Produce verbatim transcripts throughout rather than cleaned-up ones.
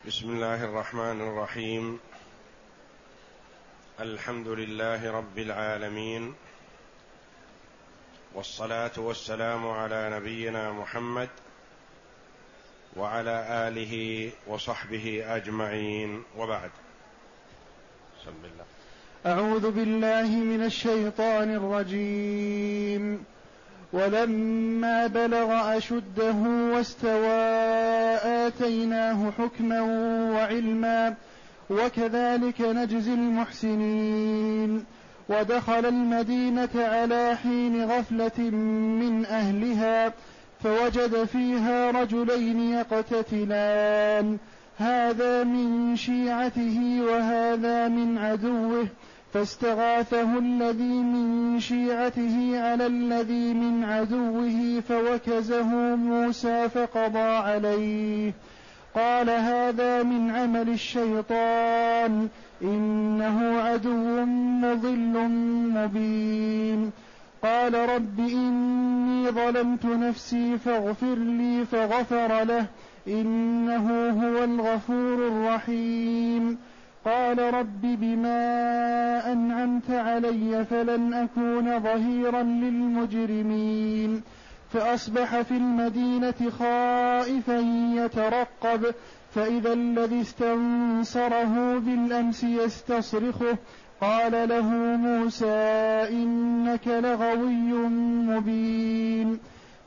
بسم الله الرحمن الرحيم. الحمد لله رب العالمين، والصلاة والسلام على نبينا محمد وعلى آله وصحبه أجمعين، وبعد. بسم الله. أعوذ بالله من الشيطان الرجيم. ولما بلغ أشده واستوى آتيناه حكما وعلما وكذلك نجزي المحسنين. ودخل المدينة على حين غفلة من أهلها فوجد فيها رجلين يقتتلان، هذا من شيعته وهذا من عدوه، فاستغاثه الذي من شيعته على الذي من عدوه فوكزه موسى فقضى عليه. قال هذا من عمل الشيطان إنه عدو مضل مبين. قال رب إني ظلمت نفسي فاغفر لي فغفر له إنه هو الغفور الرحيم. قال رب بما أنعمت علي فلن أكون ظهيرا للمجرمين. فأصبح في المدينة خائفا يترقب، فإذا الذي استنصره بالأمس يستصرخه قال له موسى إنك لغوي مبين.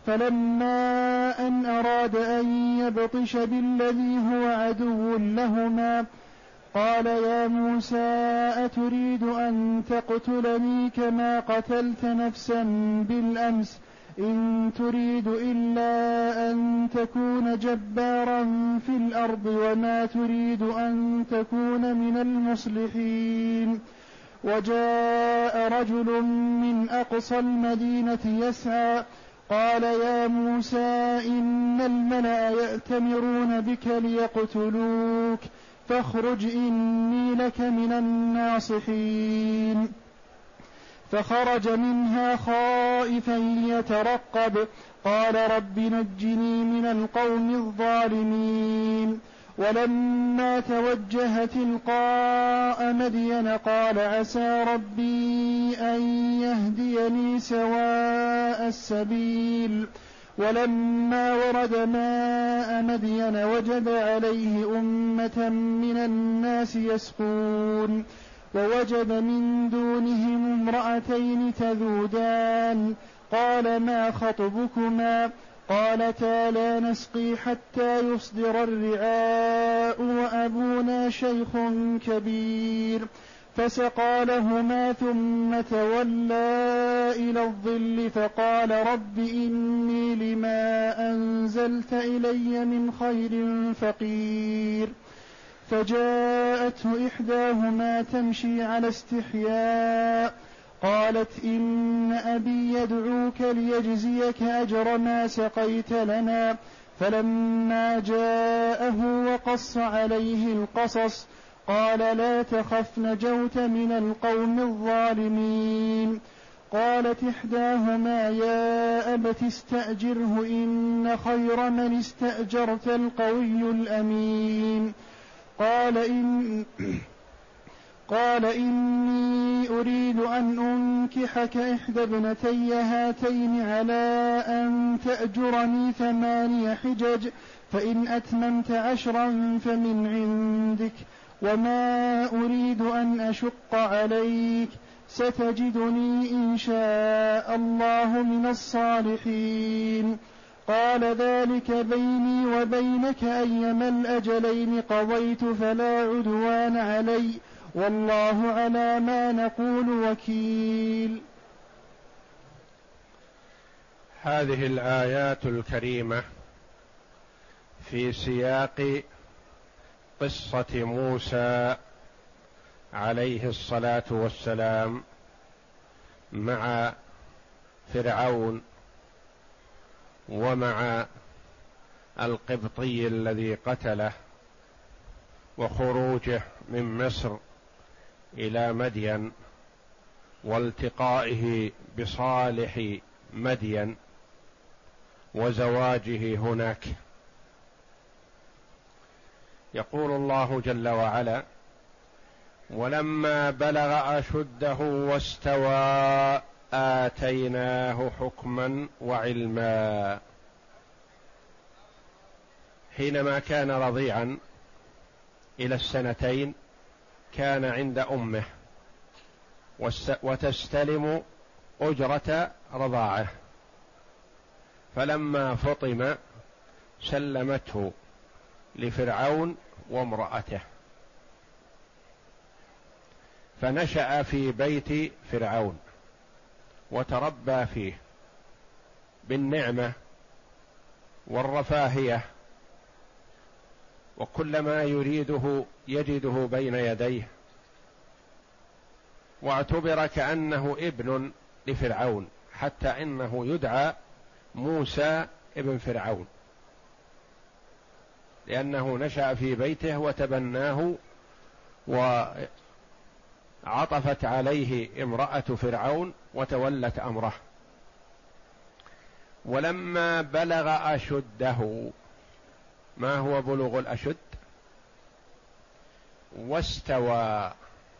فلما أن أراد أن يبطش بالذي هو عدو لهما قال يا موسى أتريد أن تقتلني كما قتلت نفسا بالأمس إن تريد إلا أن تكون جبارا في الأرض وما تريد أن تكون من المصلحين. وجاء رجل من أقصى المدينة يسعى قال يا موسى إن الملأ يأتمرون بك ليقتلوك فاخرج إني لك من الناصحين. فخرج منها خائفا يترقب قال رب نجني من القوم الظالمين. ولما توجه تلقاء مدين قال عسى ربي أن يهديني سواء السبيل. ولما ورد ماء مدين وجد عليه أمة من الناس يسقون، ووجد من دونهم امرأتين تذودان قال ما خطبكما قالتا لا نسقي حتى يصدر الرعاء وأبونا شيخ كبير. فسقى لهما ثم تولى إلى الظل فقال رب إني لما أنزلت إلي من خير فقير. فجاءته إحداهما تمشي على استحياء قالت إن أبي يدعوك ليجزيك أجر ما سقيت لنا. فلما جاءه وقص عليه القصص قال لا تخف نجوت من القوم الظالمين. قالت إحداهما يا أبت استأجره إن خير من استأجرت القوي الأمين. قال إن قال إني أريد أن أنكحك إحدى ابنتي هاتين على أن تأجرني ثماني حجج فإن أتممت عشرا فمن عندك وما أريد أن أشق عليك ستجدني إن شاء الله من الصالحين. قال ذلك بيني وبينك أيما الأجلين قضيت فلا عدوان علي والله على ما نقول وكيل. هذه الآيات الكريمة في سياق قصة موسى عليه الصلاة والسلام مع فرعون ومع القبطي الذي قتله وخروجه من مصر إلى مدين والتقائه بصالح مدين وزواجه هناك. يقول الله جل وعلا: ولما بلغ أشده واستوى آتيناه حكما وعلما. حينما كان رضيعا إلى السنتين كان عند أمه وتستلم أجرة رضاعه، فلما فطم سلمته لفرعون وامرأته، فنشأ في بيت فرعون وتربى فيه بالنعمة والرفاهية، وكل ما يريده يجده بين يديه، واعتبر كأنه ابن لفرعون، حتى إنه يدعى موسى ابن فرعون، لأنه نشأ في بيته وتبناه، وعطفت عليه امرأة فرعون وتولت أمره. ولما بلغ أشده، ما هو بلوغ الأشد؟ واستوى.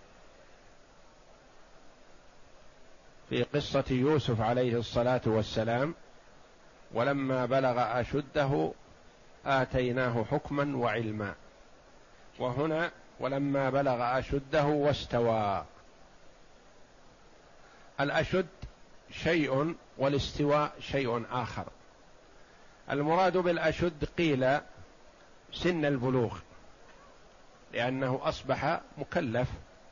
في قصة يوسف عليه الصلاة والسلام: ولما بلغ أشده آتيناه حكما وعلما. وهنا ولما بلغ أشده واستوى. الأشد شيء والاستواء شيء آخر. المراد بالأشد قيل سن البلوغ، لأنه أصبح مكلف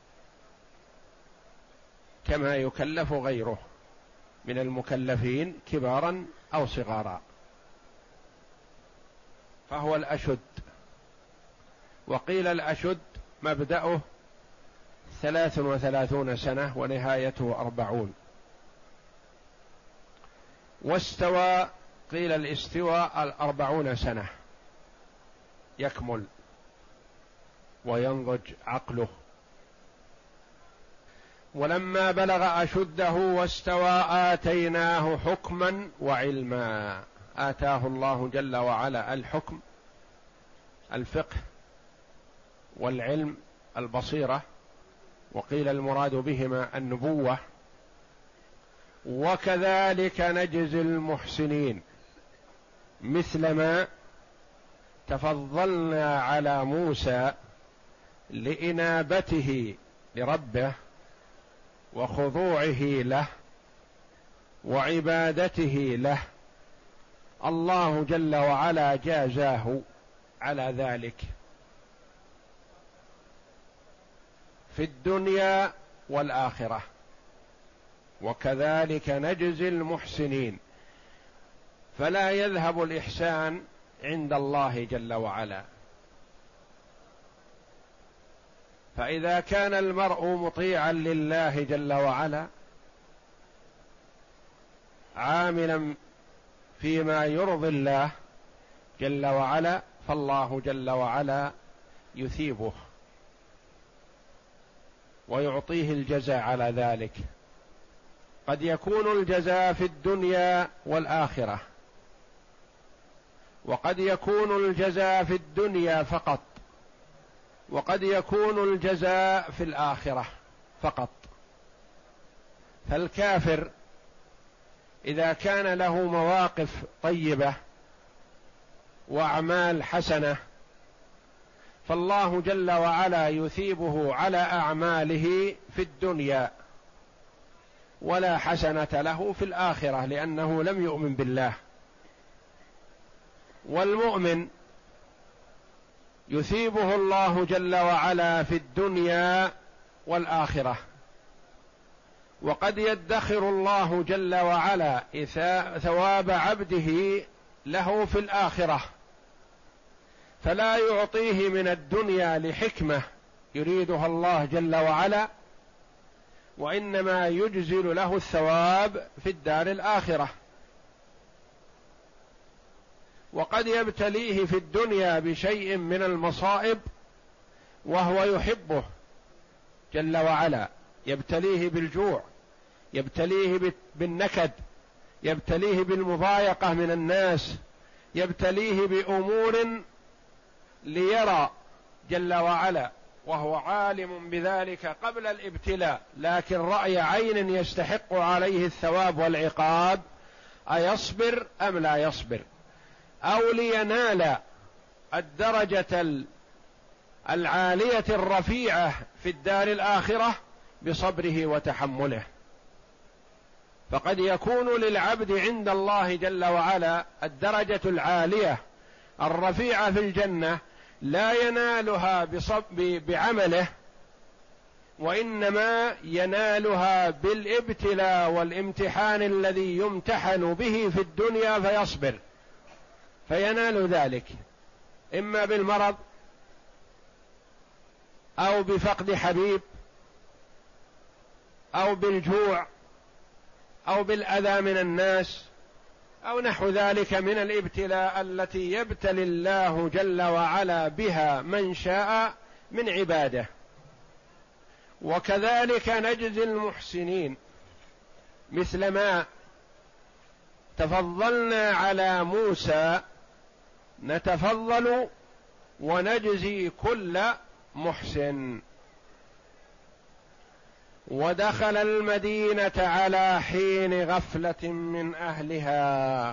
كما يكلف غيره من المكلفين كبارا أو صغارا، فهو الأشد. وقيل الأشد مبدأه ثلاث وثلاثون سنة ونهايته أربعون. واستوى قيل الاستواء الأربعون سنة، يكمل وينضج عقله. ولما بلغ أشده واستوى آتيناه حكما وعلما. آتاه الله جل وعلا الحكم، الفقه، والعلم، البصيرة، وقيل المراد بهما النبوة. وكذلك نجزي المحسنين، مثلما تفضلنا على موسى لإنابته لربه وخضوعه له وعبادته له، الله جل وعلا جازاه على ذلك في الدنيا والآخرة. وكذلك نجزي المحسنين، فلا يذهب الإحسان عند الله جل وعلا. فإذا كان المرء مطيعا لله جل وعلا عاملا فيما يرضي الله جل وعلا، فالله جل وعلا يثيبه ويعطيه الجزاء على ذلك. قد يكون الجزاء في الدنيا والآخرة، وقد يكون الجزاء في الدنيا فقط، وقد يكون الجزاء في الآخرة فقط. فالكافر إذا كان له مواقف طيبة وأعمال حسنة، فالله جل وعلا يثيبه على أعماله في الدنيا، ولا حسنة له في الآخرة، لأنه لم يؤمن بالله. والمؤمن يثيبه الله جل وعلا في الدنيا والآخرة، وقد يدخر الله جل وعلا ثواب عبده له في الآخرة، فلا يعطيه من الدنيا لحكمة يريدها الله جل وعلا، وإنما يجزل له الثواب في الدار الآخرة. وقد يبتليه في الدنيا بشيء من المصائب وهو يحبه جل وعلا، يبتليه بالجوع، يبتليه بالنكد، يبتليه بالمضايقة من الناس، يبتليه بأمور ليرى جل وعلا وهو عالم بذلك قبل الابتلاء، لكن رأي عين يستحق عليه الثواب والعقاب، أيصبر أم لا يصبر؟ أو لينال الدرجة العالية الرفيعة في الدار الآخرة بصبره وتحمله. فقد يكون للعبد عند الله جل وعلا الدرجة العالية الرفيعة في الجنة لا ينالها بعمله، وإنما ينالها بالابتلاء والامتحان الذي يمتحن به في الدنيا فيصبر فينال ذلك، إما بالمرض أو بفقد حبيب أو بالجوع أو بالأذى من الناس أو نحو ذلك من الابتلاء التي يبتلي الله جل وعلا بها من شاء من عباده. وكذلك نجزي المحسنين، مثل ما تفضلنا على موسى نتفضل ونجزي كل محسن. ودخل المدينة على حين غفلة من أهلها.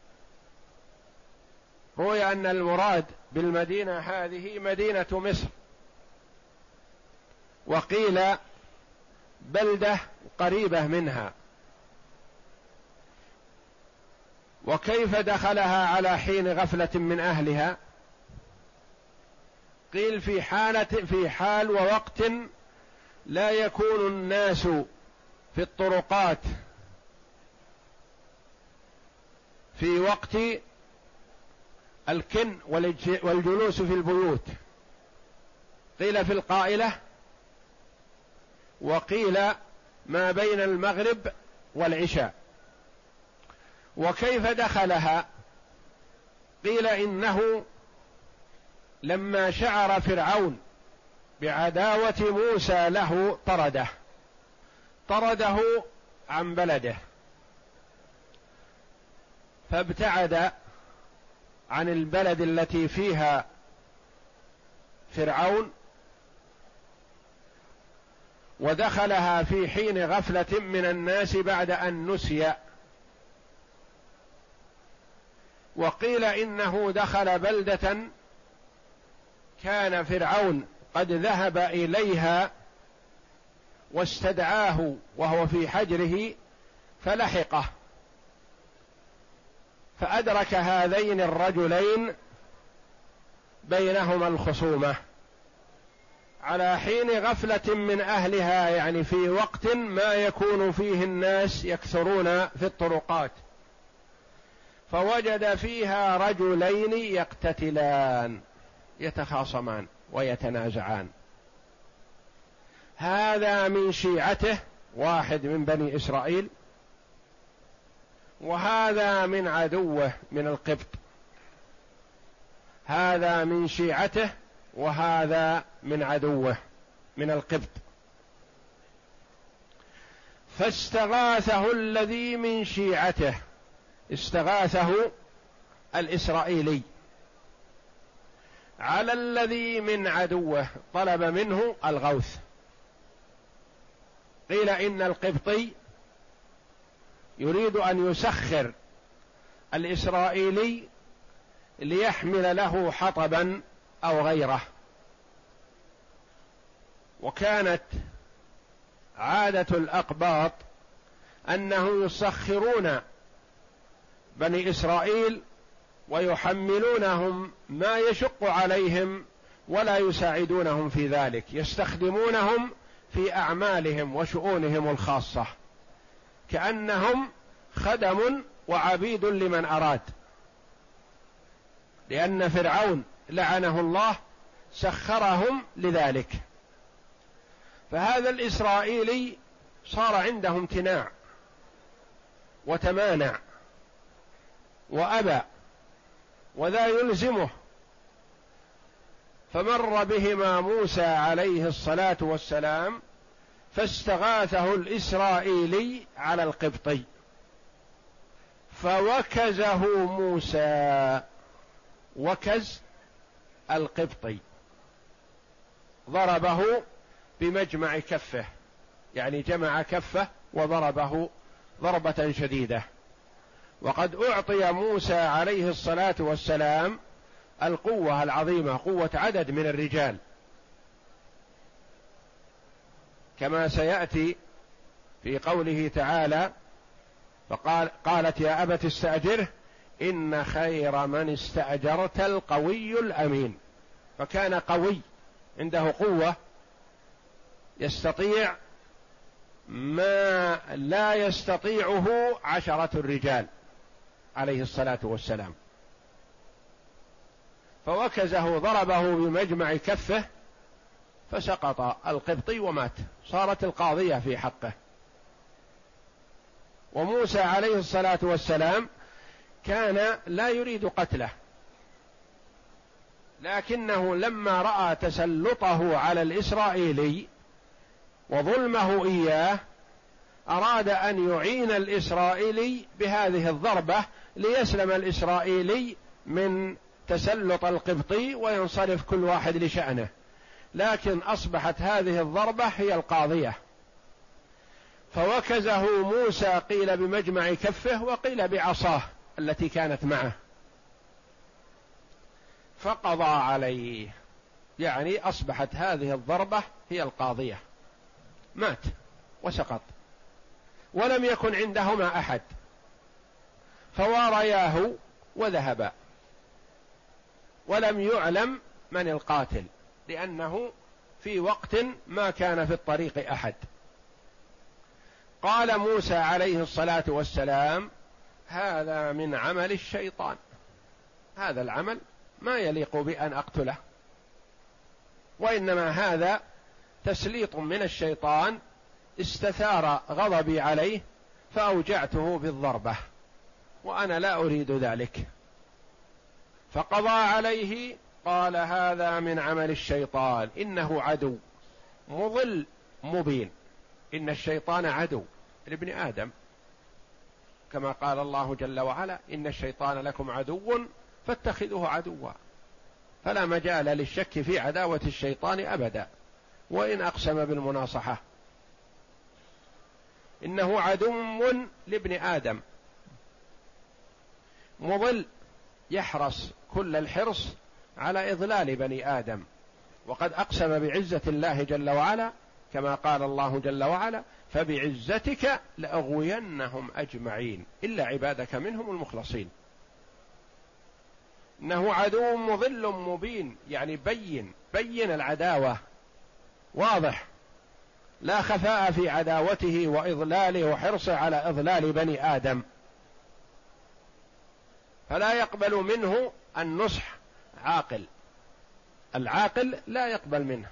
روي أن المراد بالمدينة هذه مدينة مصر، وقيل بلدة قريبة منها. وكيف دخلها على حين غفلة من أهلها؟ قيل في حالة في حال ووقت لا يكون الناس في الطرقات في وقت الكن والجلوس في البيوت، قيل في القائلة، وقيل ما بين المغرب والعشاء. وكيف دخلها؟ قيل إنه لما شعر فرعون بعداوة موسى له طرده طرده عن بلده، فابتعد عن البلد التي فيها فرعون ودخلها في حين غفلة من الناس بعد أن نسي. وقيل إنه دخل بلدة كان فرعون قد ذهب إليها واستدعاه وهو في حجره فلحقه، فأدرك هذين الرجلين بينهما الخصومة على حين غفلة من أهلها، يعني في وقت ما يكون فيه الناس يكثرون في الطرقات، فوجد فيها رجلين يقتتلان يتخاصمان ويتنازعان، هذا من شيعته واحد من بني إسرائيل، وهذا من عدوه من القبط، هذا من شيعته وهذا من عدوه من القبط. فاستغاثه الذي من شيعته، استغاثه الإسرائيلي على الذي من عدوه، طلب منه الغوث. قيل إن القبطي يريد أن يسخر الإسرائيلي ليحمل له حطبا أو غيره، وكانت عادة الأقباط أنهم يسخرون بني إسرائيل ويحملونهم ما يشق عليهم ولا يساعدونهم في ذلك، يستخدمونهم في أعمالهم وشؤونهم الخاصة كأنهم خدم وعبيد لمن أراد، لأن فرعون لعنه الله سخرهم لذلك. فهذا الإسرائيلي صار عنده امتناع وتمانع وأبى وذا يلزمه، فمر بهما موسى عليه الصلاة والسلام فاستغاثه الإسرائيلي على القبطي فوكزه موسى، وكز القبطي ضربه بمجمع كفه، يعني جمع كفه وضربه ضربة شديدة. وقد أعطي موسى عليه الصلاة والسلام القوة العظيمة، قوة عدد من الرجال، كما سيأتي في قوله تعالى: فقال قالت يا أبت استأجره إن خير من استأجرت القوي الأمين. فكان قوي عنده قوة، يستطيع ما لا يستطيعه عشرة الرجال عليه الصلاة والسلام. فوكزه ضربه بمجمع كفه فسقط القبطي ومات، صارت القاضية في حقه. وموسى عليه الصلاة والسلام كان لا يريد قتله، لكنه لما رأى تسلطه على الإسرائيلي وظلمه إياه أراد أن يعين الإسرائيلي بهذه الضربة ليسلم الإسرائيلي من تسلط القبطي وينصرف كل واحد لشأنه، لكن أصبحت هذه الضربة هي القاضية. فوكزه موسى قيل بمجمع كفه وقيل بعصاه التي كانت معه، فقضى عليه، يعني أصبحت هذه الضربة هي القاضية، مات وسقط، ولم يكن عندهما أحد، فوارياه وذهبا، ولم يعلم من القاتل لأنه في وقت ما كان في الطريق أحد. قال موسى عليه الصلاة والسلام: هذا من عمل الشيطان، هذا العمل ما يليق بأن أقتله، وإنما هذا تسليط من الشيطان استثار غضبي عليه فأوجعته بالضربة، وأنا لا أريد ذلك. فقضى عليه، قال: هذا من عمل الشيطان إنه عدو مضل مبين. إن الشيطان عدو لابن آدم، كما قال الله جل وعلا: إن الشيطان لكم عدو فاتخذوه عدوا. فلا مجال للشك في عداوة الشيطان أبدا وإن أقسم بالمناصحة. إنه عدو لابن آدم مضل، يحرص كل الحرص على إضلال بني آدم، وقد أقسم بعزة الله جل وعلا كما قال الله جل وعلا: فبعزتك لأغوينهم أجمعين إلا عبادك منهم المخلصين. إنه عدو مضل مبين، يعني بين بين العداوة، واضح، لا خفاء في عداوته وإضلاله وحرصه على إضلال بني آدم، فلا يقبل منه النصح عاقل، العاقل لا يقبل منه،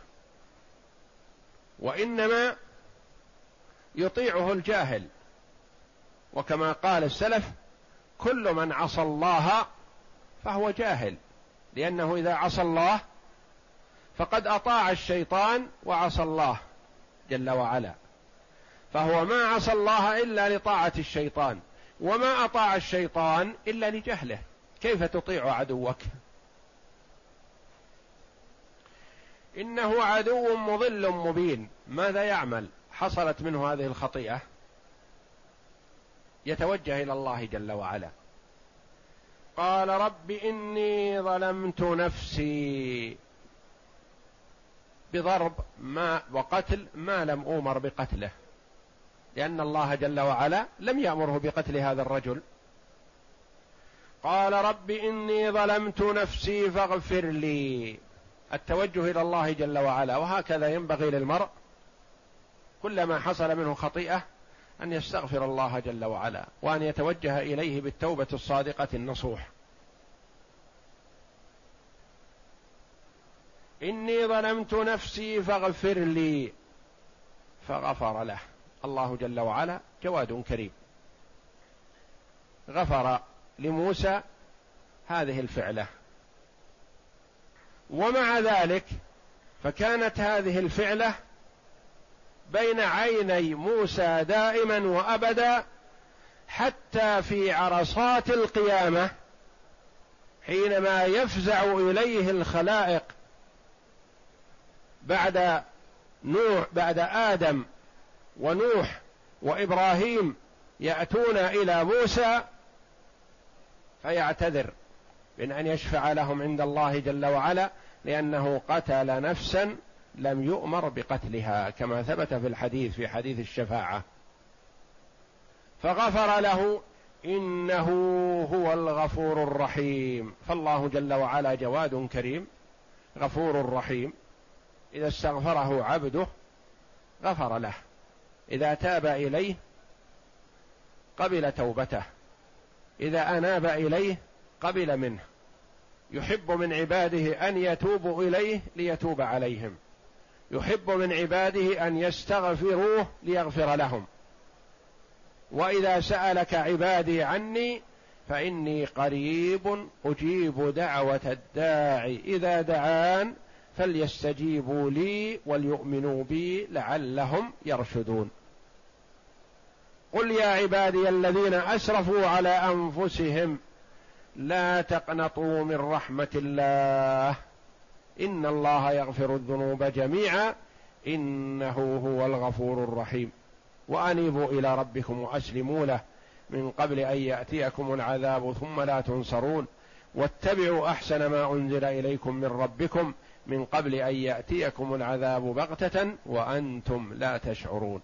وإنما يطيعه الجاهل. وكما قال السلف: كل من عصى الله فهو جاهل، لأنه إذا عصى الله فقد أطاع الشيطان وعصى الله جل وعلا، فهو ما عصى الله إلا لطاعة الشيطان، وما أطاع الشيطان إلا لجهله. كيف تطيع عدوك؟ إنه عدو مضل مبين. ماذا يعمل؟ حصلت منه هذه الخطيئة، يتوجه إلى الله جل وعلا. قال: رب إني ظلمت نفسي، بضرب ما وقتل ما لم أؤمر بقتله، لأن الله جل وعلا لم يأمره بقتل هذا الرجل. قال: رب إني ظلمت نفسي فاغفر لي، التوجه إلى الله جل وعلا. وهكذا ينبغي للمرء كلما حصل منه خطيئة أن يستغفر الله جل وعلا، وأن يتوجه إليه بالتوبة الصادقة النصوح. إني ظلمت نفسي فاغفر لي، فغفر له الله جل وعلا، جواد كريم، غفر لموسى هذه الفعلة. ومع ذلك فكانت هذه الفعلة بين عيني موسى دائما وأبدا، حتى في عرصات القيامة حينما يفزع إليه الخلائق بعد نوح بعد آدم ونوح وإبراهيم يأتون إلى موسى فيعتذر من أن يشفع لهم عند الله جل وعلا لأنه قتل نفسا لم يؤمر بقتلها كما ثبت في الحديث في حديث الشفاعة، فغفر له إنه هو الغفور الرحيم. فالله جل وعلا جواد كريم غفور رحيم، إذا استغفره عبده غفر له، إذا تاب إليه قبل توبته، إذا أناب إليه قبل منه، يحب من عباده أن يتوبوا إليه ليتوب عليهم، يحب من عباده أن يستغفروه ليغفر لهم. وإذا سألك عبادي عني فإني قريب أجيب دعوة الداعي إذا دعان فليستجيبوا لي وليؤمنوا بي لعلهم يرشدون. قل يا عبادي الذين أسرفوا على أنفسهم لا تقنطوا من رحمة الله إن الله يغفر الذنوب جميعا إنه هو الغفور الرحيم وأنيبوا إلى ربكم وأسلموا له من قبل أن يأتيكم العذاب ثم لا تنصرون واتبعوا أحسن ما أنزل إليكم من ربكم من قبل أن يأتيكم العذاب بغتة وأنتم لا تشعرون.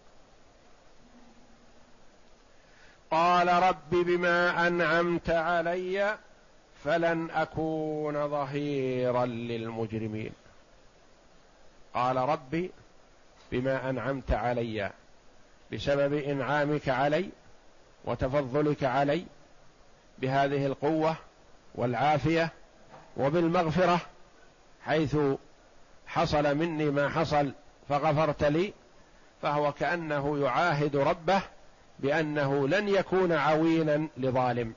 قال رب بما أنعمت علي فلن أكون ظهيرا للمجرمين. قال ربي بما أنعمت علي بسبب إنعامك علي وتفضلك علي بهذه القوة والعافية وبالمغفرة حيث حصل مني ما حصل فغفرت لي، فهو كأنه يعاهد ربه بأنه لن يكون عوينا لظالم.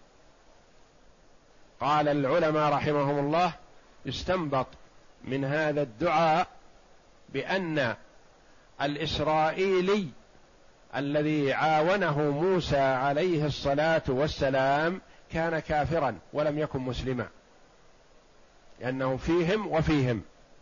قال العلماء رحمهم الله استنبط من هذا الدعاء بأن الإسرائيلي الذي عاونه موسى عليه الصلاة والسلام كان كافرا ولم يكن مسلما، لأنه فيهم وفيهم.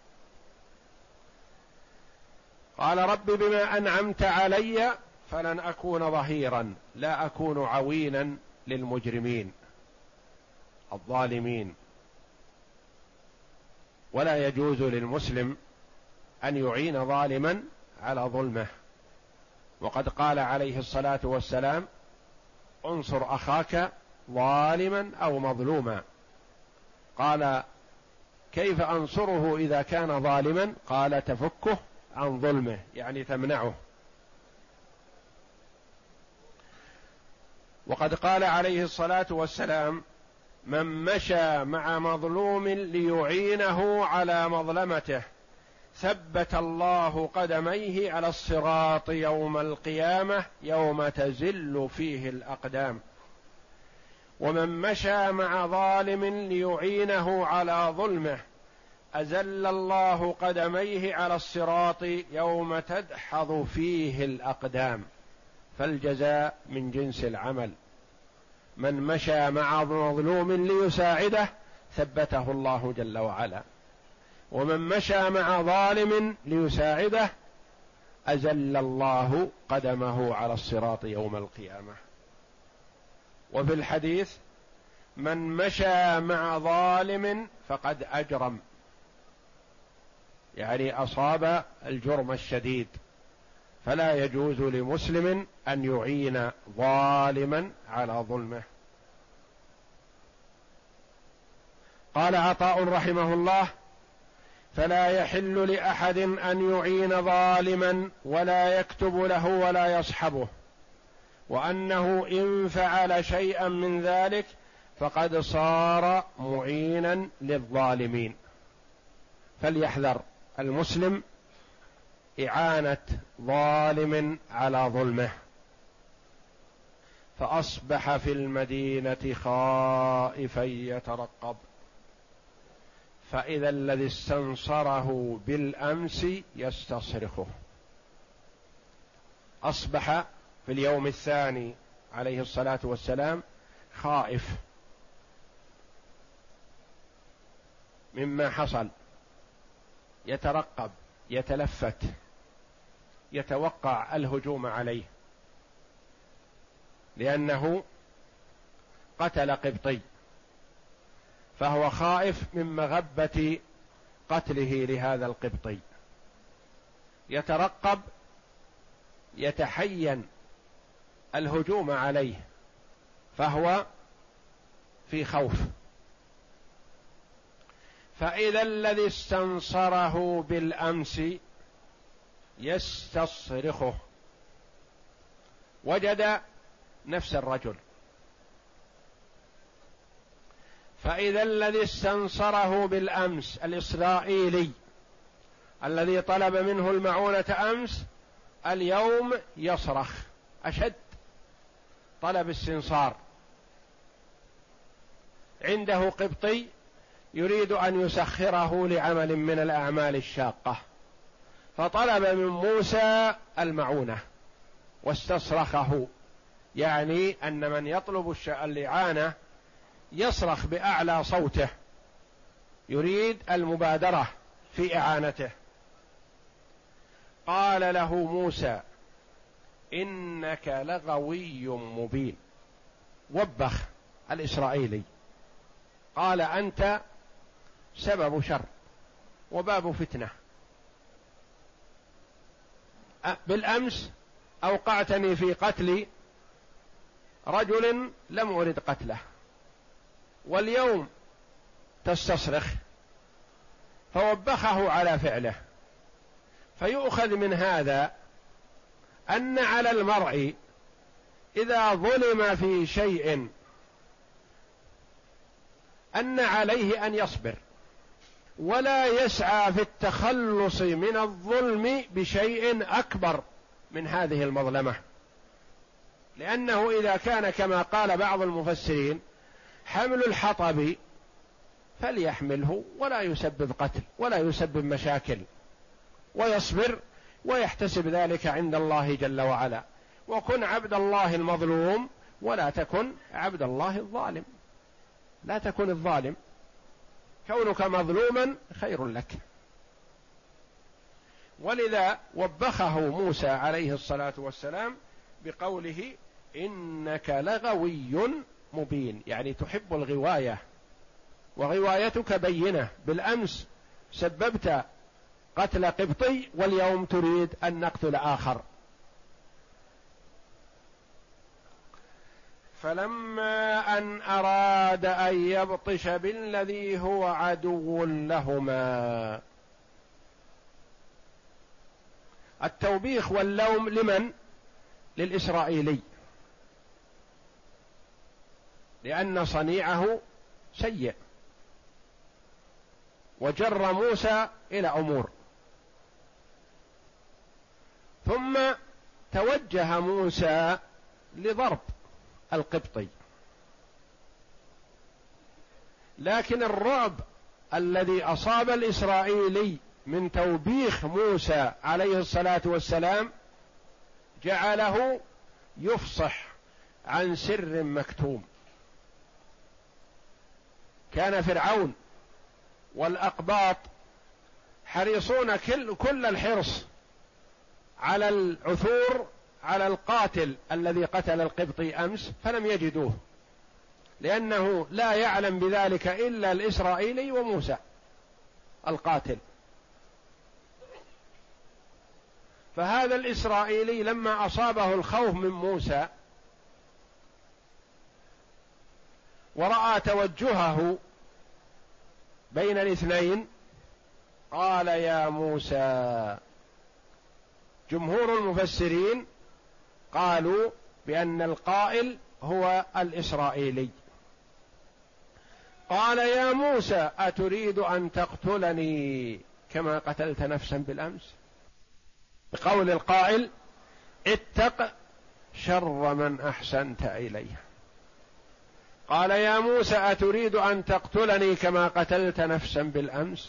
قال رب بما أنعمت علي فلن أكون ظهيرا، لا أكون عوينا للمجرمين الظالمين. ولا يجوز للمسلم أن يعين ظالما على ظلمه، وقد قال عليه الصلاة والسلام انصر أخاك ظالما أو مظلوما. قال كيف أنصره إذا كان ظالما؟ قال تفكه عن ظلمه، يعني تمنعه. وقد قال عليه الصلاة والسلام من مشى مع مظلوم ليعينه على مظلمته ثبت الله قدميه على الصراط يوم القيامة يوم تزل فيه الأقدام. ومن مشى مع ظالم ليعينه على ظلمه أزل الله قدميه على الصراط يوم تدحض فيه الأقدام. فالجزاء من جنس العمل، من مشى مع مظلوم ليساعده ثبته الله جل وعلا، ومن مشى مع ظالم ليساعده أزل الله قدمه على الصراط يوم القيامة. وفي الحديث من مشى مع ظالم فقد أجرم، يعني أصاب الجرم الشديد، فلا يجوز لمسلم أن يعين ظالما على ظلمه. قال عطاء رحمه الله فلا يحل لأحد أن يعين ظالما ولا يكتب له ولا يصحبه، وأنه إن فعل شيئا من ذلك فقد صار معينا للظالمين. فليحذر المسلم إعانة ظالم على ظلمه. فأصبح في المدينة خائفا يترقب، فإذا الذي استنصره بالأمس يستصرخه. أصبح في اليوم الثاني عليه الصلاة والسلام خائف مما حصل، يترقب يتلفت يتوقع الهجوم عليه، لأنه قتل قبطي، فهو خائف من مغبة قتله لهذا القبطي، يترقب يتحين الهجوم عليه، فهو في خوف. فإذا الذي استنصره بالأمس يستصرخه، وجد نفس الرجل. فإذا الذي استنصره بالأمس الإسرائيلي الذي طلب منه المعونة أمس اليوم يصرخ أشد طلب استنصار. عنده قبطي يريد أن يسخره لعمل من الأعمال الشاقة، فطلب من موسى المعونة واستصرخه، يعني أن من يطلب الإعانة يصرخ بأعلى صوته، يريد المبادرة في إعانته. قال له موسى: إنك لغوي مبين. وبخ الإسرائيلي، قال: أنت سبب شر وباب فتنة، بالأمس أوقعتني في قتل رجل لم أرد قتله، واليوم تستصرخ. فوبخه على فعله. فيؤخذ من هذا أن على المرء إذا ظلم في شيء أن عليه أن يصبر، ولا يسعى في التخلص من الظلم بشيء أكبر من هذه المظلمة، لأنه إذا كان كما قال بعض المفسرين حمل الحطب فليحمله ولا يسبب قتل ولا يسبب مشاكل، ويصبر ويحتسب ذلك عند الله جل وعلا. وكن عبد الله المظلوم ولا تكن عبد الله الظالم، لا تكن الظالم، كونك مظلوما خير لك. ولذا وبخه موسى عليه الصلاة والسلام بقوله: إنك لغوي مبين، يعني تحب الغواية، وغوايتك بينة. بالأمس سببت قتل قبطي واليوم تريد أن نقتل آخر. فلما أن أراد أن يبطش بالذي هو عدو لهما. التوبيخ واللوم لمن؟ للإسرائيلي، لأن صنيعه سيء وجر موسى إلى أمور. ثم توجه موسى لضرب القبطي، لكن الرعب الذي أصاب الإسرائيلي من توبيخ موسى عليه الصلاة والسلام جعله يفصح عن سر مكتوم. كان فرعون والأقباط حريصون كل, كل الحرص على العثور على القاتل الذي قتل القبطي أمس، فلم يجدوه، لأنه لا يعلم بذلك إلا الإسرائيلي وموسى القاتل. فهذا الإسرائيلي لما أصابه الخوف من موسى ورأى توجهه بين الاثنين قال: يا موسى. جمهور المفسرين قالوا بأن القائل هو الإسرائيلي. قال: يا موسى أتريد أن تقتلني كما قتلت نفسا بالأمس؟ بقول القائل: اتق شر من أحسنت إليه. قال: يا موسى أتريد أن تقتلني كما قتلت نفسا بالأمس؟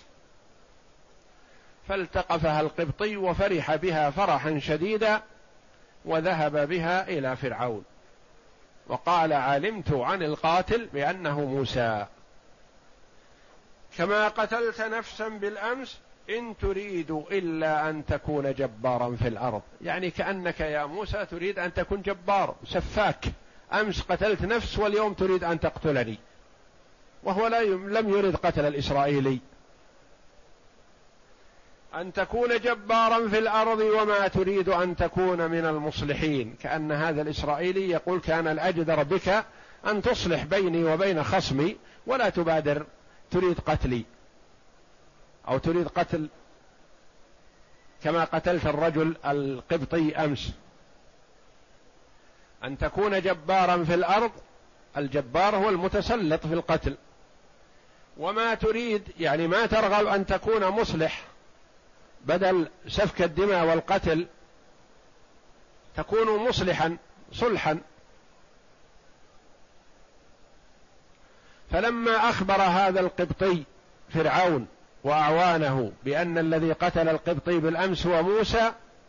فالتقفها القبطي وفرح بها فرحا شديدا، وذهب بها إلى فرعون وقال: علمت عن القاتل بأنه موسى. كما قتلت نفسا بالأمس إن تريد إلا أن تكون جبارا في الأرض، يعني كأنك يا موسى تريد أن تكون جبار سفاك، أمس قتلت نفس واليوم تريد أن تقتلني، وهو لا لم يرد قتل الإسرائيلي. أن تكون جبارا في الأرض وما تريد أن تكون من المصلحين، كأن هذا الإسرائيلي يقول كان الأجدر بك أن تصلح بيني وبين خصمي ولا تبادر تريد قتلي أو تريد قتل كما قتلت الرجل القبطي أمس. أن تكون جبارا في الأرض، الجبار هو المتسلط في القتل، وما تريد يعني ما ترغب أن تكون مصلح، بدل سفك الدماء والقتل تكون مصلحا صلحا. فلما أخبر هذا القبطي فرعون وأعوانه بأن الذي قتل القبطي بالأمس هو موسى،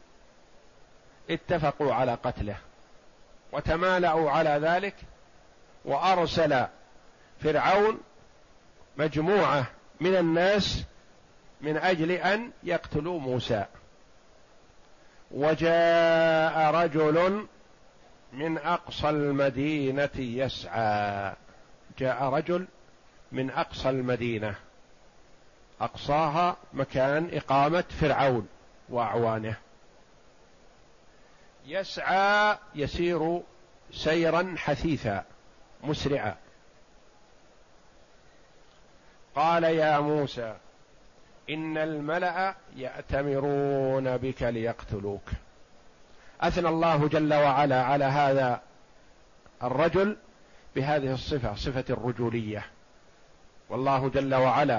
اتفقوا على قتله وتمالأوا على ذلك، وأرسل فرعون مجموعة من الناس من أجل أن يقتلوا موسى. وجاء رجل من أقصى المدينة يسعى، جاء رجل من أقصى المدينة، أقصاها مكان إقامة فرعون وأعوانه، يسعى يسير سيرا حثيثا مسرعا. قال يا موسى إن الملأ يأتمرون بك ليقتلوك. أثنى الله جل وعلا على هذا الرجل بهذه الصفة، صفة الرجولية، والله جل وعلا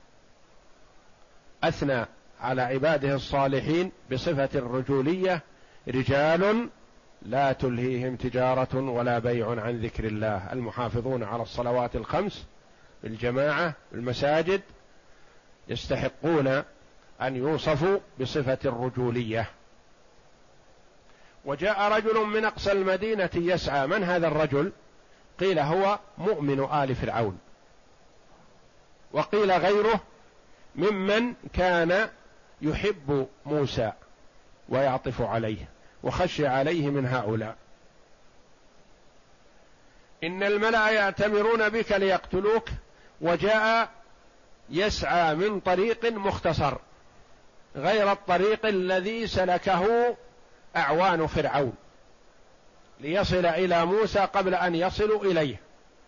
أثنى على عباده الصالحين بصفة الرجولية: رجال لا تلهيهم تجارة ولا بيع عن ذكر الله، المحافظون على الصلوات الخمس بالجماعة المساجد، يستحقون أن يوصفوا بصفة الرجولية. وجاء رجل من أقصى المدينة يسعى. من هذا الرجل؟ قيل هو مؤمن آل فرعون، وقيل غيره ممن كان يحب موسى ويعطف عليه وخشي عليه من هؤلاء. إن الملأ يأتمرون بك ليقتلوك. وجاء يسعى من طريق مختصر غير الطريق الذي سلكه أعوان فرعون ليصل إلى موسى قبل أن يصلوا إليه.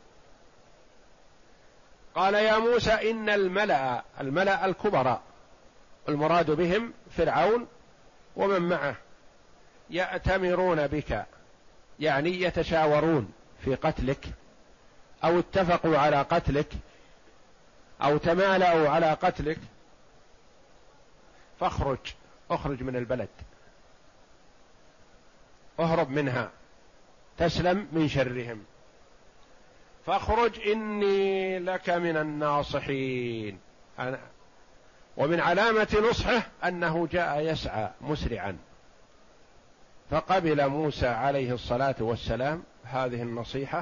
قال يا موسى إن الملأ، الملأ الكبراء المراد بهم فرعون ومن معه، يأتمرون بك يعني يتشاورون في قتلك، أو اتفقوا على قتلك، أو تمالأوا على قتلك، فاخرج، اخرج من البلد، اهرب منها تسلم من شرهم، فاخرج إني لك من الناصحين. أنا ومن علامة نصحه أنه جاء يسعى مسرعا، فقبل موسى عليه الصلاة والسلام هذه النصيحة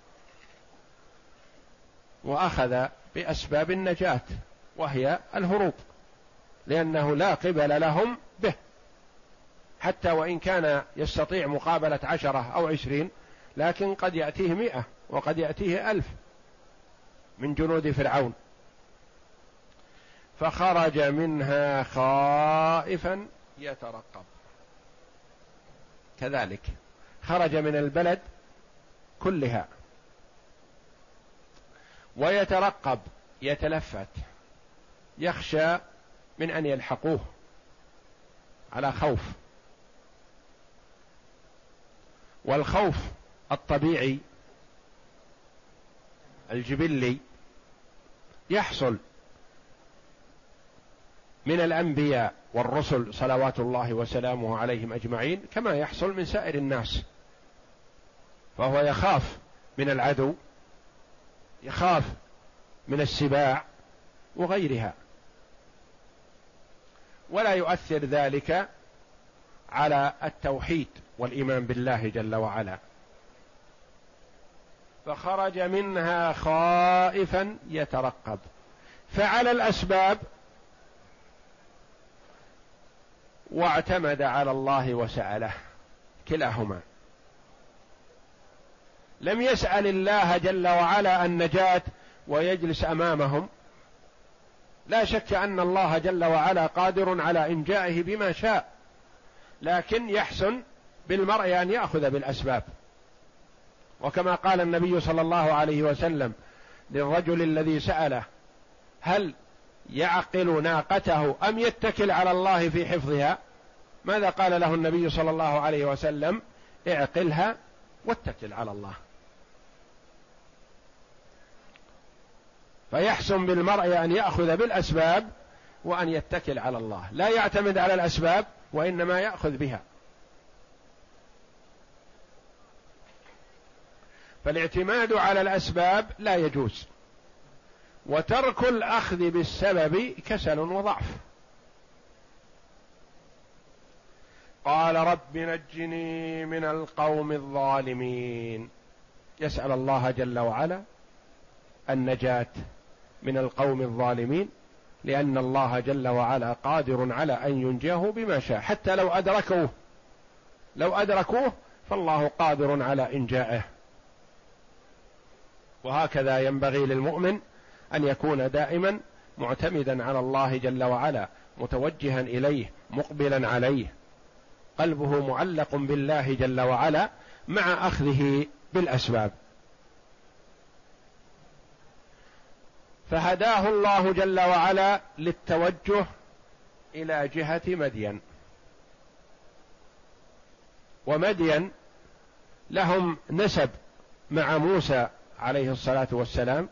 وأخذ بأسباب النجاة، وهي الهروب، لأنه لا قبل لهم به، حتى وإن كان يستطيع مقابلة عشرة أو عشرين، لكن قد يأتيه مئة وقد يأتيه ألف من جنود فرعون. فخرج منها خائفا يترقب، كذلك خرج من البلد كلها ويترقب، يتلفت، يخشى من أن يلحقوه على خوف. والخوف الطبيعي الجبلي يحصل من الأنبياء والرسل صلوات الله وسلامه عليهم أجمعين، كما يحصل من سائر الناس، فهو يخاف من العدو، يخاف من السباع وغيرها، ولا يؤثر ذلك على التوحيد والإيمان بالله جل وعلا. فخرج منها خائفا يترقب، فعل الأسباب واعتمد على الله وسأله، كلاهما. لم يسأل الله جل وعلا النجاة ويجلس أمامهم، لا شك أن الله جل وعلا قادر على إنجائه بما شاء، لكن يحسن بالمرء أن يأخذ بالأسباب. وكما قال النبي صلى الله عليه وسلم للرجل الذي سأله: هل يعقل ناقته أم يتكل على الله في حفظها؟ ماذا قال له النبي صلى الله عليه وسلم؟ اعقلها واتكل على الله. فيحسن بالمرء أن يأخذ بالأسباب وأن يتكل على الله، لا يعتمد على الأسباب وإنما يأخذ بها. فالاعتماد على الأسباب لا يجوز، وترك الأخذ بالسبب كسل وضعف. قال: رب نجني من القوم الظالمين. يسأل الله جل وعلا النجاة من القوم الظالمين، لأن الله جل وعلا قادر على أن ينجيه بما شاء، حتى لو أدركوه لو أدركوه فالله قادر على إنجائه. وهكذا ينبغي للمؤمن أن يكون دائما معتمدا على الله جل وعلا، متوجها إليه، مقبلا عليه، قلبه معلق بالله جل وعلا مع أخذه بالأسباب. فهداه الله جل وعلا للتوجه إلى جهة مدين، ومدين لهم نسب مع موسى عليه الصلاة والسلام،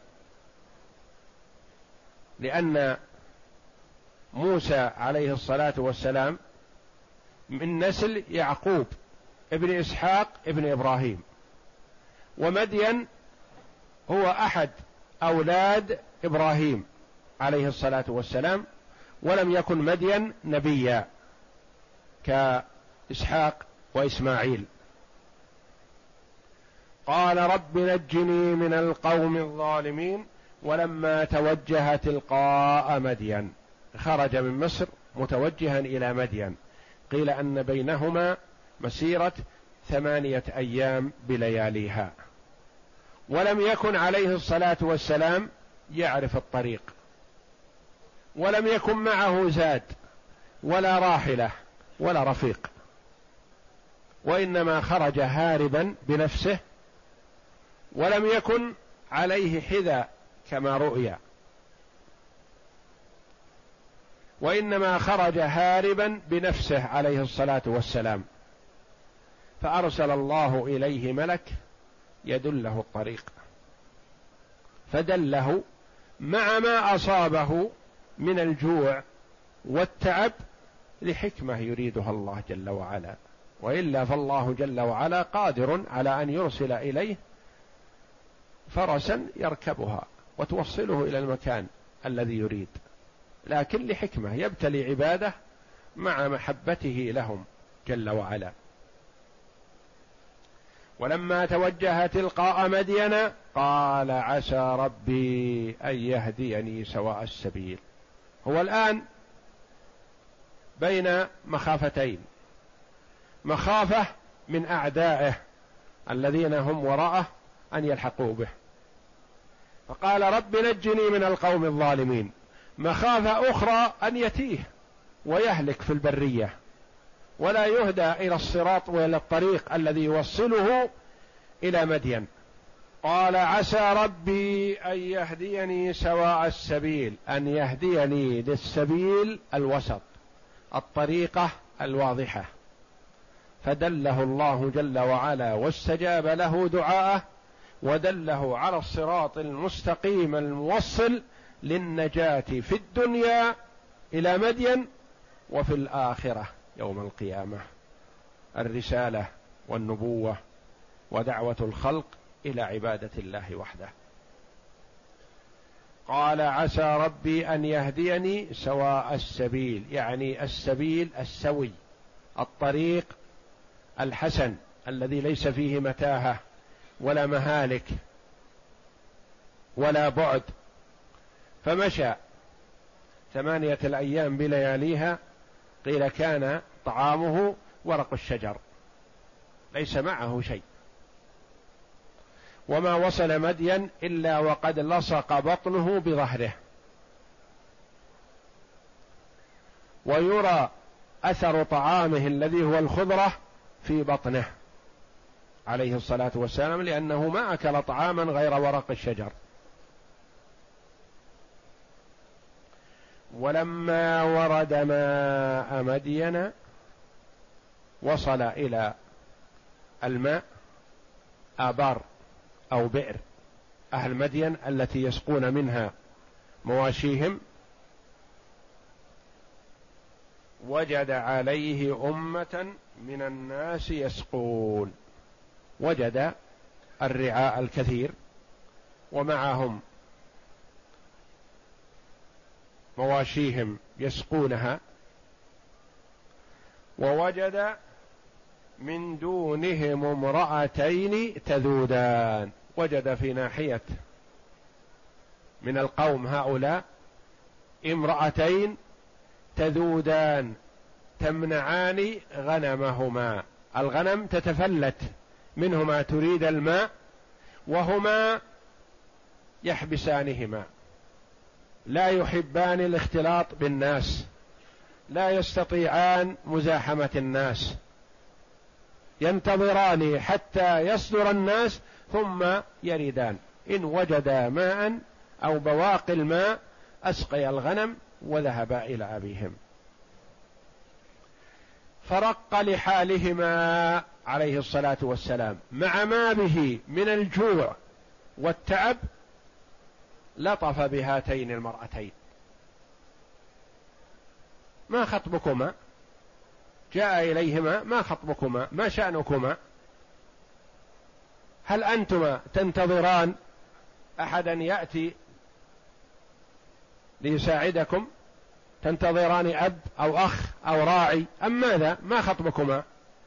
لأن موسى عليه الصلاة والسلام من نسل يعقوب ابن إسحاق ابن إبراهيم، ومدين هو أحد أولاد إبراهيم عليه الصلاة والسلام، ولم يكن مدين نبيا كإسحاق وإسماعيل. قال: رب نجني من القوم الظالمين. ولما توجه تلقاء مدين، خرج من مصر متوجها إلى مدين، قيل أن بينهما مسيرة ثمانية أيام بلياليها، ولم يكن عليه الصلاة والسلام يعرف الطريق، ولم يكن معه زاد ولا راحلة ولا رفيق، وإنما خرج هاربا بنفسه، ولم يكن عليه حذاء كما رؤيا، وإنما خرج هاربا بنفسه عليه الصلاة والسلام. فأرسل الله إليه ملك يدله الطريق، فدله مع ما أصابه من الجوع والتعب لحكمة يريدها الله جل وعلا، وإلا فالله جل وعلا قادر على أن يرسل إليه فرسا يركبها وتوصله إلى المكان الذي يريد، لكن لحكمة يبتلي عباده مع محبته لهم جل وعلا. ولما توجه تلقاء مدين قال: عسى ربي أن يهديني سواء السبيل. هو الآن بين مخافتين: مخافة من أعدائه الذين هم وراءه أن يلحقوا به، فقال: رب نجني من القوم الظالمين. مخافة أخرى أن يتيه ويهلك في البرية ولا يهدى إلى الصراط وإلى الطريق الذي يوصله إلى مدين. قال: عسى ربي أن يهديني سواء السبيل، أن يهديني للسبيل الوسط، الطريقة الواضحة. فدله الله جل وعلا واستجاب له دعاءه، ودله على الصراط المستقيم الموصل للنجاة في الدنيا إلى مدين، وفي الآخرة يوم القيامة الرسالة والنبوة ودعوة الخلق إلى عبادة الله وحده. قال: عسى ربي أن يهديني سواء السبيل، يعني السبيل السوي، الطريق الحسن الذي ليس فيه متاهة ولا مهالك ولا بعد. فمشى ثمانية الأيام بلياليها قيل كان طعامه ورق الشجر ليس معه شيء، وما وصل مدين إلا وقد لصق بطنه بظهره، ويرى أثر طعامه الذي هو الخضرة في بطنه عليه الصلاة والسلام، لأنه ما أكل طعاما غير ورق الشجر. ولما ورد ماء مدين وصل إلى الماء آبار أو بئر أهل مدين التي يسقون منها مواشيهم، وجد عليه أمة من الناس يسقون، وجد الرعاء الكثير ومعهم مواشيهم يسقونها، ووجد من دونهم امرأتين تذودان، وجد في ناحية من القوم هؤلاء امرأتين تذودان تمنعان غنمهما، الغنم تتفلت منهما تريد الماء وهما يحبسانهما، لا يحبان الاختلاط بالناس، لا يستطيعان مزاحمة الناس، ينتظران حتى يصدر الناس ثم يردان، إن وجدا ماء أو بواقي الماء أسقي الغنم وذهبا إلى أبيهم. فرق لحالهما عليه الصلاة والسلام مع ما به من الجوع والتعب، لطف بهاتين المرأتين: ما خطبكما؟ جاء إليهما: ما خطبكما؟ ما شأنكما؟ هل أنتما تنتظران أحدا يأتي ليساعدكم؟ تنتظران أب أو أخ أو راعي أم ماذا؟ ما خطبكما؟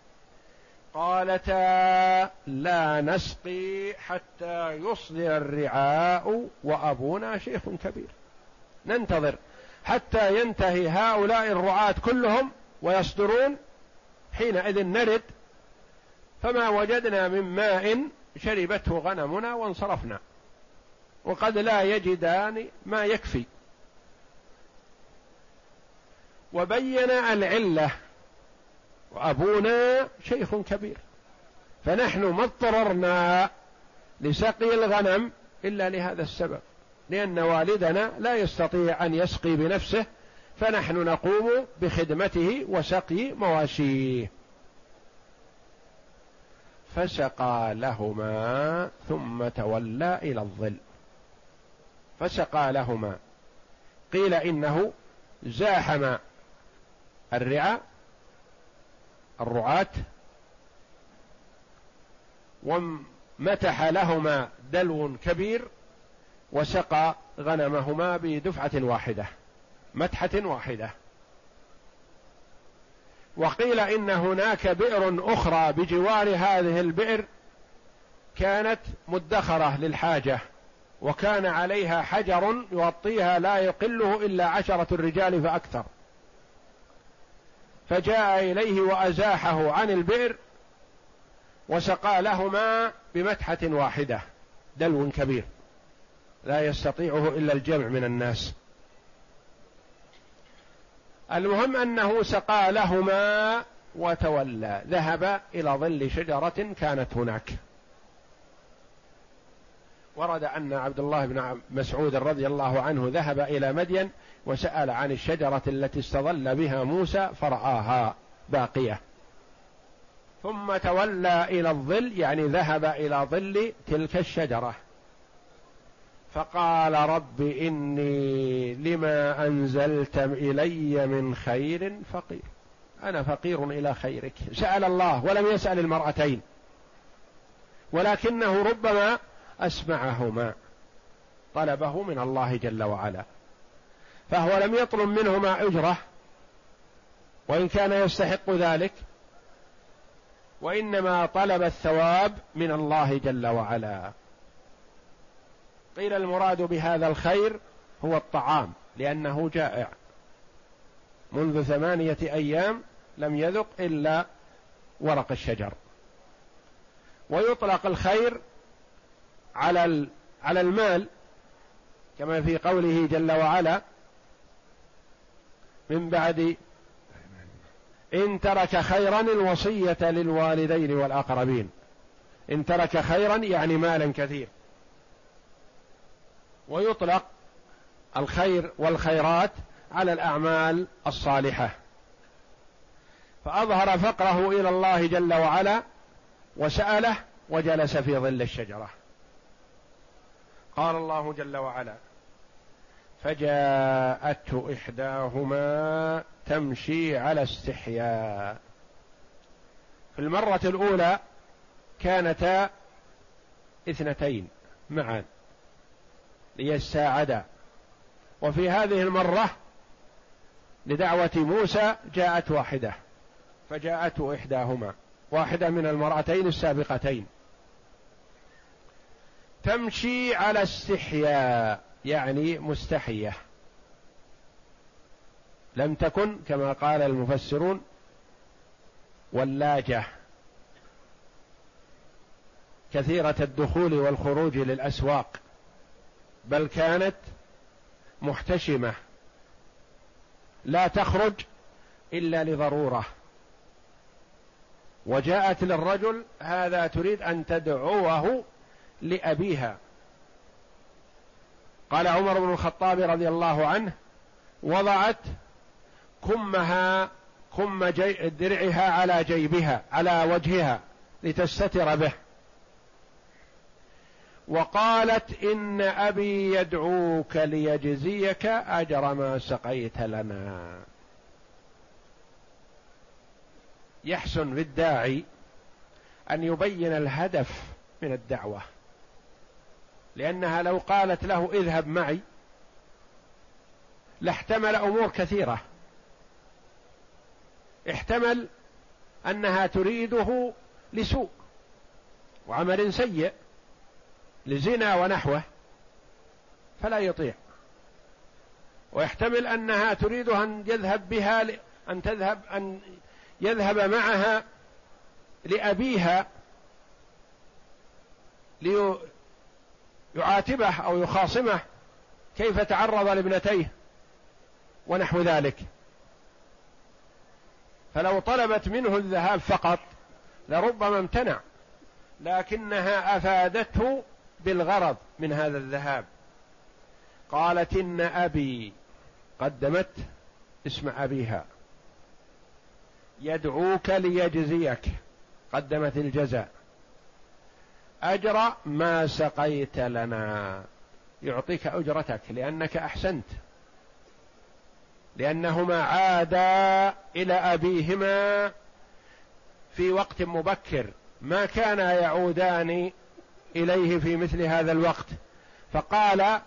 قالتا: لا نسقي حتى يصدر الرعاء وأبونا شيخ كبير، ننتظر حتى ينتهي هؤلاء الرعاة كلهم ويصدرون، حينئذ نرد، فما وجدنا من ماء شربته غنمنا وانصرفنا، وقد لا يجدان ما يكفي. وبين العلة: وأبونا شيخ كبير، فنحن ما اضطررنا لسقي الغنم إلا لهذا السبب، لأن والدنا لا يستطيع أن يسقي بنفسه، فنحن نقوم بخدمته وسقي مواشيه. فسقى لهما ثم تولى إلى الظل. فسقى لهما، قيل إنه زاحم الرعاء الرعاة ومتح لهما دلو كبير وسقى غنمهما بدفعة واحدة، متحة واحدة. وقيل إن هناك بئر أخرى بجوار هذه البئر كانت مدخرة للحاجة، وكان عليها حجر يغطيها لا يقله إلا عشرة الرجال فأكثر، فجاء إليه وأزاحه عن البئر وسقى لهما بمتحة واحدة دلو كبير لا يستطيعه إلا الجمع من الناس. المهم أنه سقى لهما وتولى، ذهب إلى ظل شجرة كانت هناك. ورد أن عبد الله بن مسعود رضي الله عنه ذهب إلى مدين وسأل عن الشجرة التي استظل بها موسى فرآها باقية، ثم تولى إلى الظل، يعني ذهب إلى ظل تلك الشجرة، فقال: رب إني لما أنزلت إلي من خير فقير، أنا فقير إلى خيرك. سأل الله ولم يسأل المرأتين، ولكنه ربما أسمعهما، طلبه من الله جل وعلا، فهو لم يطلب منهما أجرة وإن كان يستحق ذلك، وإنما طلب الثواب من الله جل وعلا. قيل المراد بهذا الخير هو الطعام، لأنه جائع منذ ثمانية أيام لم يذق إلا ورق الشجر. ويطلق الخير على على المال كما في قوله جل وعلا من بعد إن ترك خيرا الوصية للوالدين والأقربين. إن ترك خيرا يعني مالا كثير. ويطلق الخير والخيرات على الأعمال الصالحة. فأظهر فقره إلى الله جل وعلا وسأله وجلس في ظل الشجرة. قال الله جل وعلا فجاءته إحداهما تمشي على استحياء. في المرة الأولى كانتا اثنتين معا ليساعدا، وفي هذه المرة لدعوة موسى جاءت واحدة، فجاءته إحداهما، واحدة من المرأتين السابقتين، تمشي على استحياء يعني مستحية، لم تكن كما قال المفسرون ولاجة كثيرة الدخول والخروج للأسواق، بل كانت محتشمة لا تخرج إلا لضرورة. وجاءت للرجل هذا تريد أن تدعوه لأبيها. قال عمر بن الخطاب رضي الله عنه وضعت كمها كم درعها على جيبها على وجهها لتستتر به، وقالت إن أبي يدعوك ليجزيك أجر ما سقيت لنا. يحسن بالداعي أن يبين الهدف من الدعوة، لأنها لو قالت له اذهب معي لاحتمل أمور كثيرة. احتمل أنها تريده لسوء وعمل سيء لزنا ونحوه فلا يطيع، ويحتمل أنها تريد أن يذهب بها أن تذهب أن يذهب معها لأبيها ليعاتبه أو يخاصمه كيف تعرض لابنتيه ونحو ذلك. فلو طلبت منه الذهاب فقط لربما امتنع، لكنها أفادته بالغرض من هذا الذهاب. قالت إن أبي، قدمت اسم أبيها، يدعوك ليجزيك، قدمت الجزاء، أجر ما سقيت لنا، يعطيك أجرتك لأنك أحسنت، لأنهما عادا إلى أبيهما في وقت مبكر ما كانا يعودان إليه في مثل هذا الوقت. فقال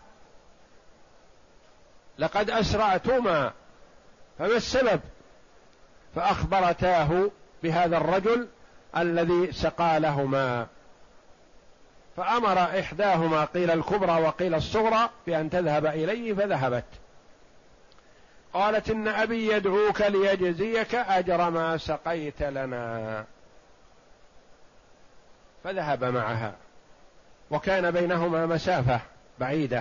لقد أسرعتما، فما السبب؟ فأخبرتاه بهذا الرجل الذي سقى لهما، فأمر إحداهما قيل الكبرى وقيل الصغرى بأن تذهب إليه، فذهبت. قالت إن أبي يدعوك ليجزيك أجر ما سقيت لنا، فذهب معها، وكان بينهما مسافة بعيدة،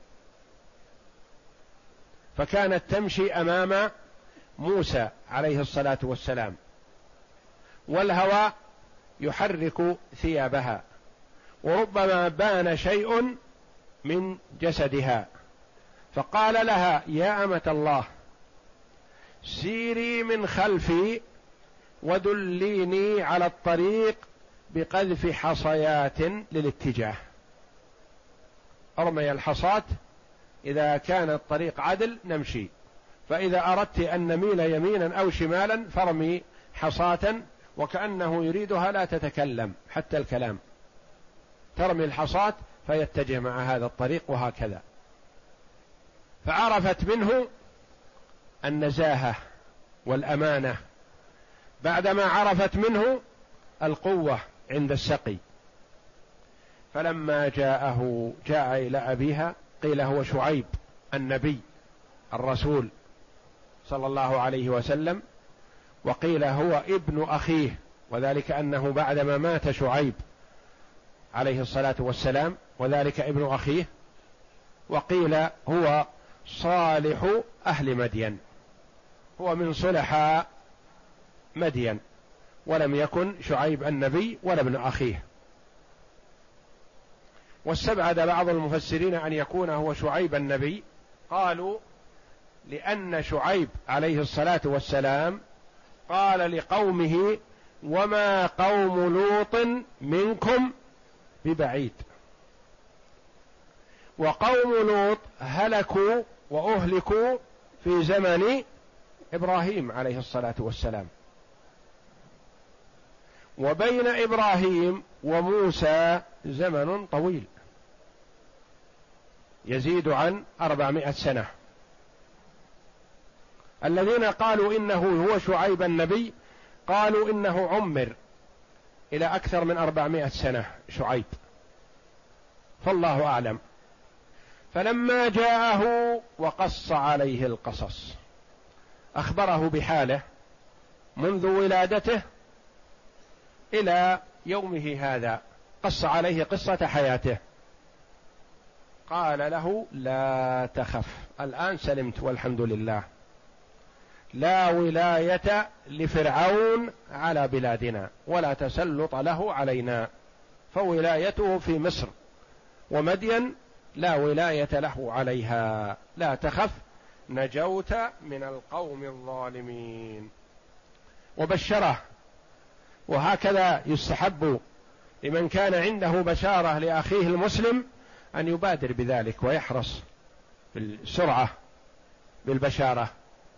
فكانت تمشي أمام موسى عليه الصلاة والسلام، والهواء يحرك ثيابها، وربما بان شيء من جسدها. فقال لها يا أمة الله سيري من خلفي ودليني على الطريق بقذف حصيات للاتجاه. ارمي الحصاة، إذا كان الطريق عدل نمشي، فإذا أردت أن نميل يمينا أو شمالا فارمي حصاة، وكأنه يريدها لا تتكلم حتى الكلام، ترمي الحصاة فيتجه مع هذا الطريق، وهكذا. فعرفت منه النزاهة والأمانة بعدما عرفت منه القوة عند السقي. فلما جاءه جاء إلى أبيها، قيل هو شعيب النبي الرسول صلى الله عليه وسلم، وقيل هو ابن أخيه، وذلك أنه بعدما مات شعيب عليه الصلاة والسلام وذلك ابن أخيه، وقيل هو صالح أهل مدين، هو من صلحاء مدين، ولم يكن شعيب النبي ولا ابن أخيه. واستبعد بعض المفسرين أن يكون هو شعيب النبي، قالوا لأن شعيب عليه الصلاة والسلام قال لقومه: وما قوم لوط منكم ببعيد. وقوم لوط هلكوا وأهلكوا في زمن إبراهيم عليه الصلاة والسلام، وبين إبراهيم وموسى زمن طويل يزيد عن أربعمائة سنة. الذين قالوا إنه هو شعيب النبي قالوا إنه عمر إلى أكثر من أربعمائة سنة شعيب، فالله أعلم. فلما جاءه وقص عليه القصص، أخبره بحاله منذ ولادته إلى يومه هذا، قص عليه قصة حياته، قال له: لا تخف، الآن سلمت والحمد لله، لا ولاية لفرعون على بلادنا ولا تسلط له علينا، فولايته في مصر، ومدين لا ولاية له عليها، لا تخف نجوت من القوم الظالمين. وبشره. وهكذا يستحب لمن كان عنده بشارة لأخيه المسلم أن يبادر بذلك ويحرص بالسرعة بالبشارة.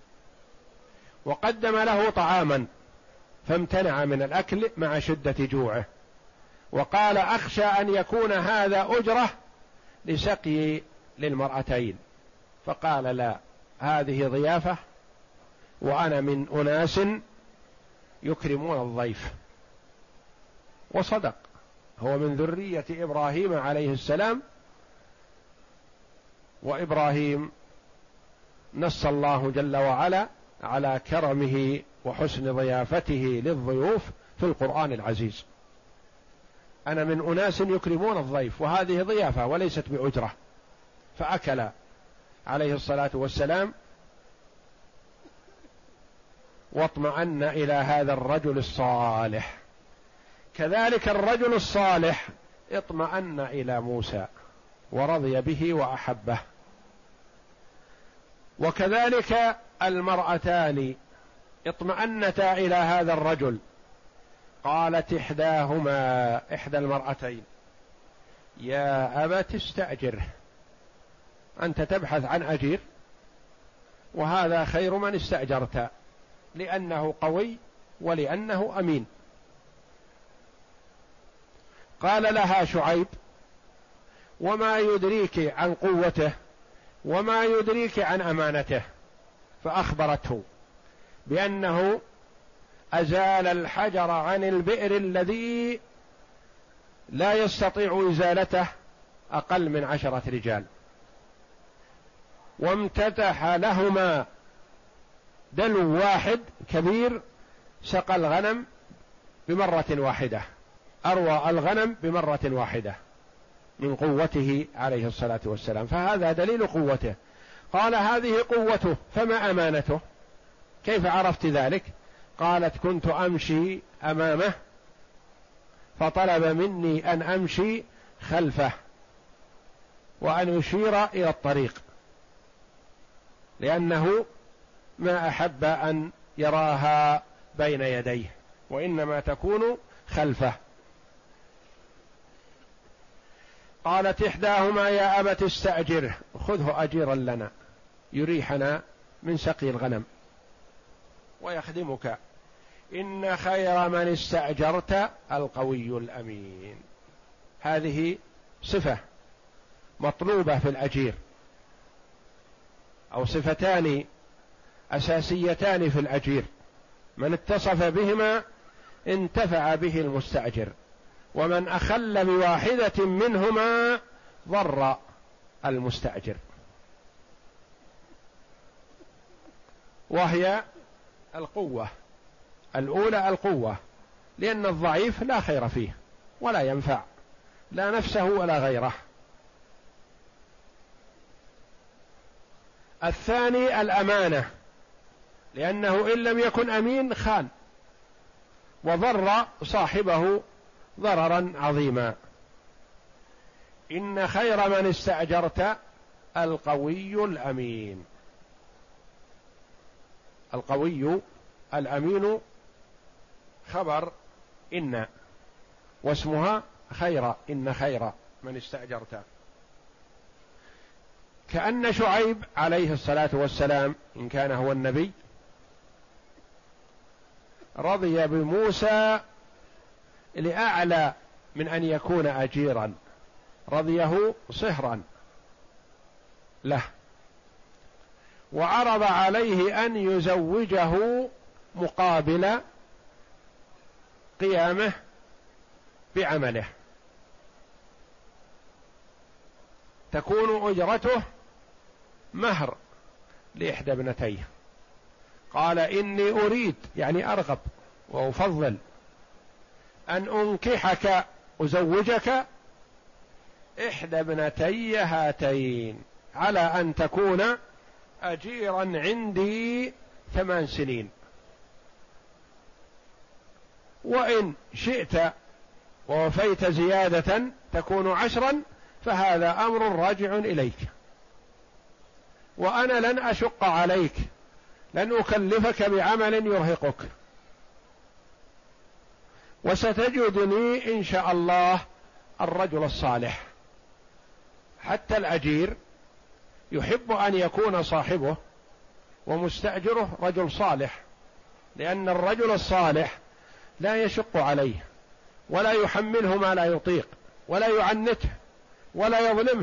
وقدم له طعاما فامتنع من الأكل مع شدة جوعه، وقال: أخشى أن يكون هذا أجرة لسقي للمرأتين، فقال: لا، هذه ضيافة، وأنا من أناس يكرمون الضيف. وصدق، هو من ذرية إبراهيم عليه السلام، وإبراهيم نص الله جل وعلا على كرمه وحسن ضيافته للضيوف في القرآن العزيز: أنا من أناس يكرمون الضيف، وهذه ضيافة وليست بأجرة. فأكل عليه الصلاة والسلام واطمأن إلى هذا الرجل الصالح. كذلك الرجل الصالح اطمأن إلى موسى ورضي به وأحبه. وكذلك المرأتان اطمأنتا إلى هذا الرجل. قالت إحداهما إحدى المرأتين: يا أبت استأجره، أنت تبحث عن أجير، وهذا خير من استأجرت، لأنه قوي ولأنه أمين. قال لها شعيب: وما يدريك عن قوته وما يدريك عن أمانته، فأخبرته بأنه أزال الحجر عن البئر الذي لا يستطيع إزالته أقل من عشرة رجال، وامتتح لهما دلو واحد كبير سقى الغنم بمرة واحدة، أروى الغنم بمرة واحدة من قوته عليه الصلاة والسلام، فهذا دليل قوته. قال: هذه قوته، فما أمانته؟ كيف عرفت ذلك؟ قالت: كنت أمشي أمامه فطلب مني أن أمشي خلفه وأن يشير إلى الطريق، لأنه ما أحب أن يراها بين يديه، وإنما تكون خلفه. قالت إحداهما: يا أبت استأجره، خذه أجيرا لنا يريحنا من سقي الغنم ويخدمك، إن خير من استأجرت القوي الأمين. هذه صفة مطلوبة في الأجير، أو صفتان أساسيتان في الأجير، من اتصف بهما انتفع به المستأجر، ومن أخل بواحدة منهما ضر المستأجر. وهي القوة. الأولى القوة، لأن الضعيف لا خير فيه ولا ينفع لا نفسه ولا غيره. الثاني الأمانة، لأنه إن لم يكن أمين خان وضر صاحبه ضررا عظيما. إن خير من استأجرت القوي الأمين. القوي الأمين خبر إن، واسمها خير، إن خير من استأجرت. كأن شعيب عليه الصلاة والسلام إن كان هو النبي رضي بموسى لأعلى من أن يكون أجيرا، رضيه صهرا له، وعرض عليه أن يزوجه مقابل قيامه بعمله، تكون أجرته مهر لإحدى ابنتيه. قال إني أريد، يعني أرغب وأفضل، أن أنكحك أزوجك إحدى ابنتي هاتين على أن تكون أجيرا عندي ثمان سنين، وإن شئت ووفيت زيادة تكون عشرا فهذا أمر راجع إليك، وأنا لن أشق عليك، لن أكلفك بعمل يرهقك، وستجدني إن شاء الله الرجل الصالح. حتى الأجير يحب أن يكون صاحبه ومستأجره رجل صالح، لأن الرجل الصالح لا يشق عليه ولا يحمله ما لا يطيق ولا يعنته ولا يظلمه.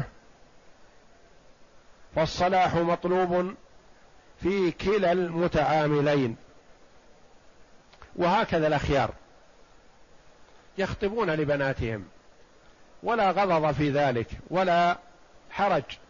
فالصلاح مطلوب في كلا المتعاملين. وهكذا الأخيار يخطبون لبناتهم ولا غضض في ذلك ولا حرج،